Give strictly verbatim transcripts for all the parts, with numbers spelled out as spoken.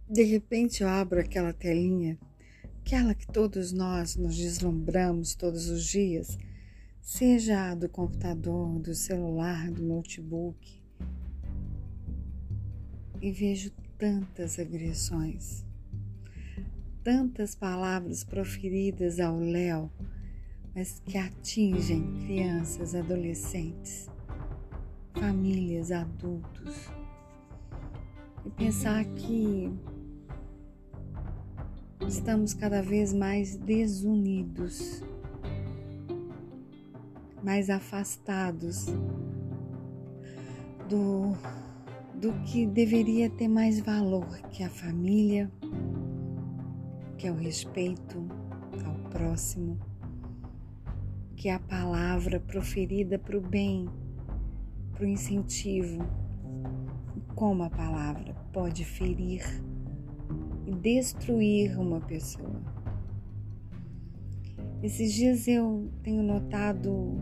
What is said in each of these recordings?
De repente eu abro aquela telinha, aquela que todos nós nos deslumbramos todos os dias, seja do computador, do celular, do notebook, e vejo tantas agressões, tantas palavras proferidas ao léu, mas que atingem crianças, adolescentes, famílias, adultos. E pensar que estamos cada vez mais desunidos, mais afastados do, do que deveria ter mais valor, que é a família, que é o respeito ao próximo, que é a palavra proferida para o bem, para o incentivo. Como a palavra pode ferir e destruir uma pessoa. Esses dias eu tenho notado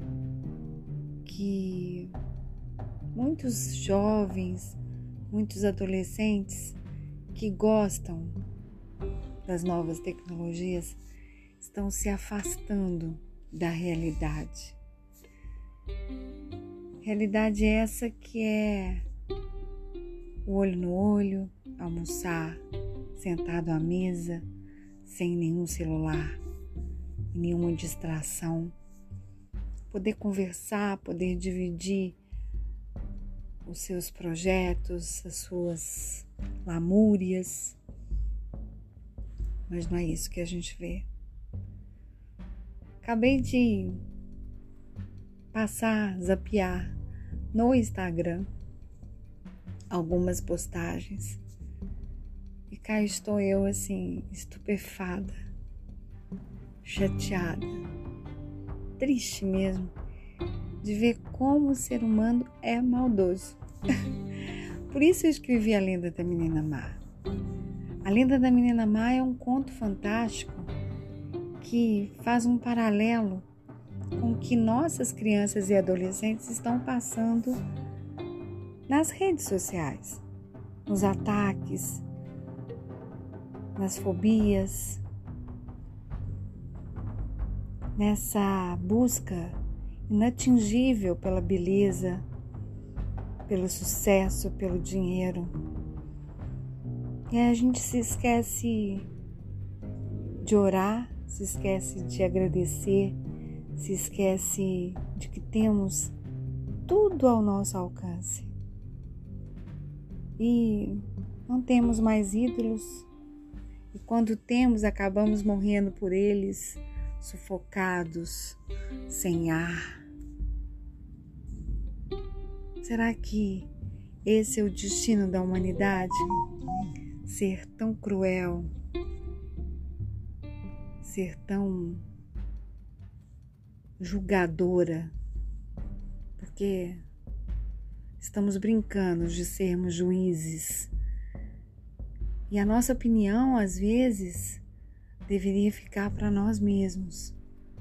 que muitos jovens, muitos adolescentes que gostam das novas tecnologias estão se afastando da realidade. Realidade essa que é o olho no olho, almoçar sentado à mesa, sem nenhum celular e nenhuma distração. Poder conversar, poder dividir os seus projetos, as suas lamúrias. Mas não é isso que a gente vê. Acabei de passar, zapear no Instagram algumas postagens e cá estou eu assim, estupefada, chateada, triste mesmo de ver como o ser humano é maldoso. Por isso eu escrevi A Lenda da Menina Má. A Lenda da Menina Má é um conto fantástico que faz um paralelo com o que nossas crianças e adolescentes estão passando nas redes sociais, nos ataques, nas fobias, nessa busca inatingível pela beleza, pelo sucesso, pelo dinheiro. E a gente se esquece de orar, se esquece de agradecer, se esquece de que temos tudo ao nosso alcance. E não temos mais ídolos, e quando temos, acabamos morrendo por eles, sufocados, sem ar. Será que esse é o destino da humanidade? Ser tão cruel, ser tão julgadora, porque estamos brincando de sermos juízes. E a nossa opinião, às vezes, deveria ficar para nós mesmos.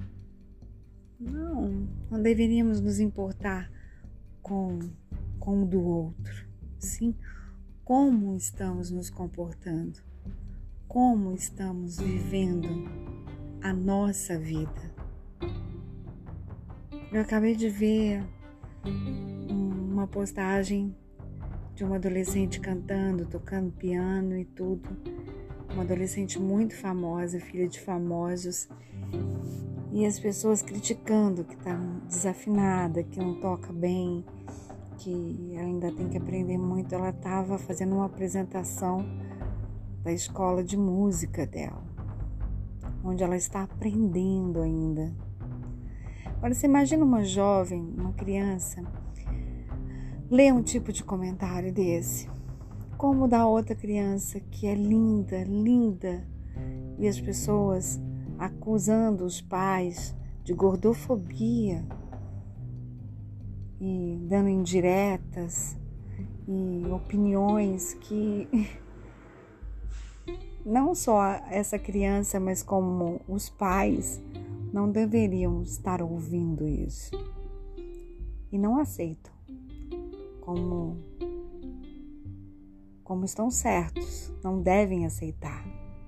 Não, não deveríamos nos importar com, com o do outro. Sim, como estamos nos comportando, como estamos vivendo a nossa vida. Eu acabei de ver uma postagem de uma adolescente cantando, tocando piano e tudo. Uma adolescente muito famosa, filha de famosos. E as pessoas criticando que está desafinada, que não toca bem, que ela ainda tem que aprender muito. Ela estava fazendo uma apresentação da escola de música dela, onde ela está aprendendo ainda. Agora, você imagina uma jovem, uma criança, ler um tipo de comentário desse, como da outra criança que é linda, linda, e as pessoas acusando os pais de gordofobia e dando indiretas e opiniões que não só essa criança, mas como os pais não deveriam estar ouvindo isso e não aceitam como como estão certos, não devem aceitar.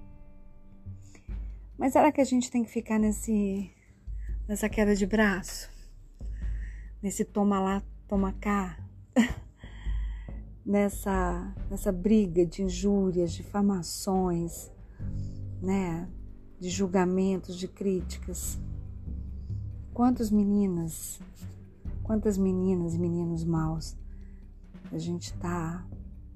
Mas será que a gente tem que ficar nesse, nessa queda de braço? Nesse toma lá, toma cá? nessa, nessa briga de injúrias, difamações, né? De julgamentos, de críticas? Quantas meninas, quantas meninas e meninos maus a gente está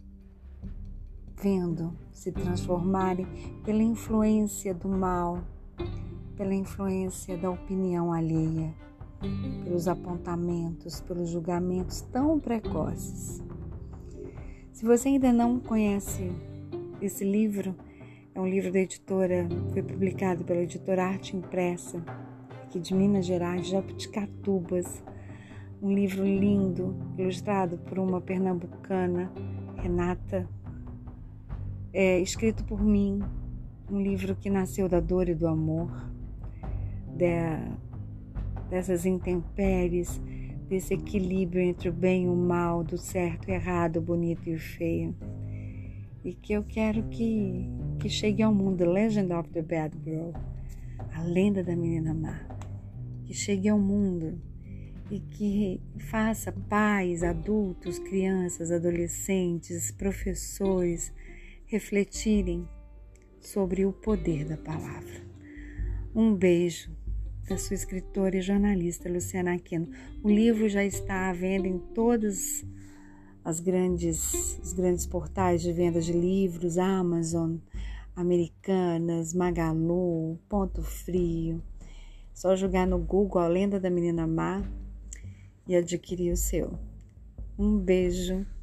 vendo se transformarem pela influência do mal, pela influência da opinião alheia, pelos apontamentos, pelos julgamentos tão precoces. Se você ainda não conhece esse livro, é um livro da editora, foi publicado pela editora Arte Impressa, aqui de Minas Gerais, Jabuticatubas. Um livro lindo, ilustrado por uma pernambucana, Renata, é, escrito por mim, um livro que nasceu da dor e do amor, de, dessas intempéries, desse equilíbrio entre o bem e o mal, do certo e errado, o bonito e o feio. E que eu quero que, que chegue ao mundo, The Legend of the Bad Girl, a lenda da menina má, que chegue ao mundo e que faça pais, adultos, crianças, adolescentes, professores refletirem sobre o poder da palavra. Um beijo da sua escritora e jornalista Luciana Aquino. O livro já está à venda em todas as grandes, os grandes portais de venda de livros, Amazon, Americanas, Magalu, Ponto Frio. Só jogar no Google A Lenda da Menina Má e adquirir o seu. Um beijo.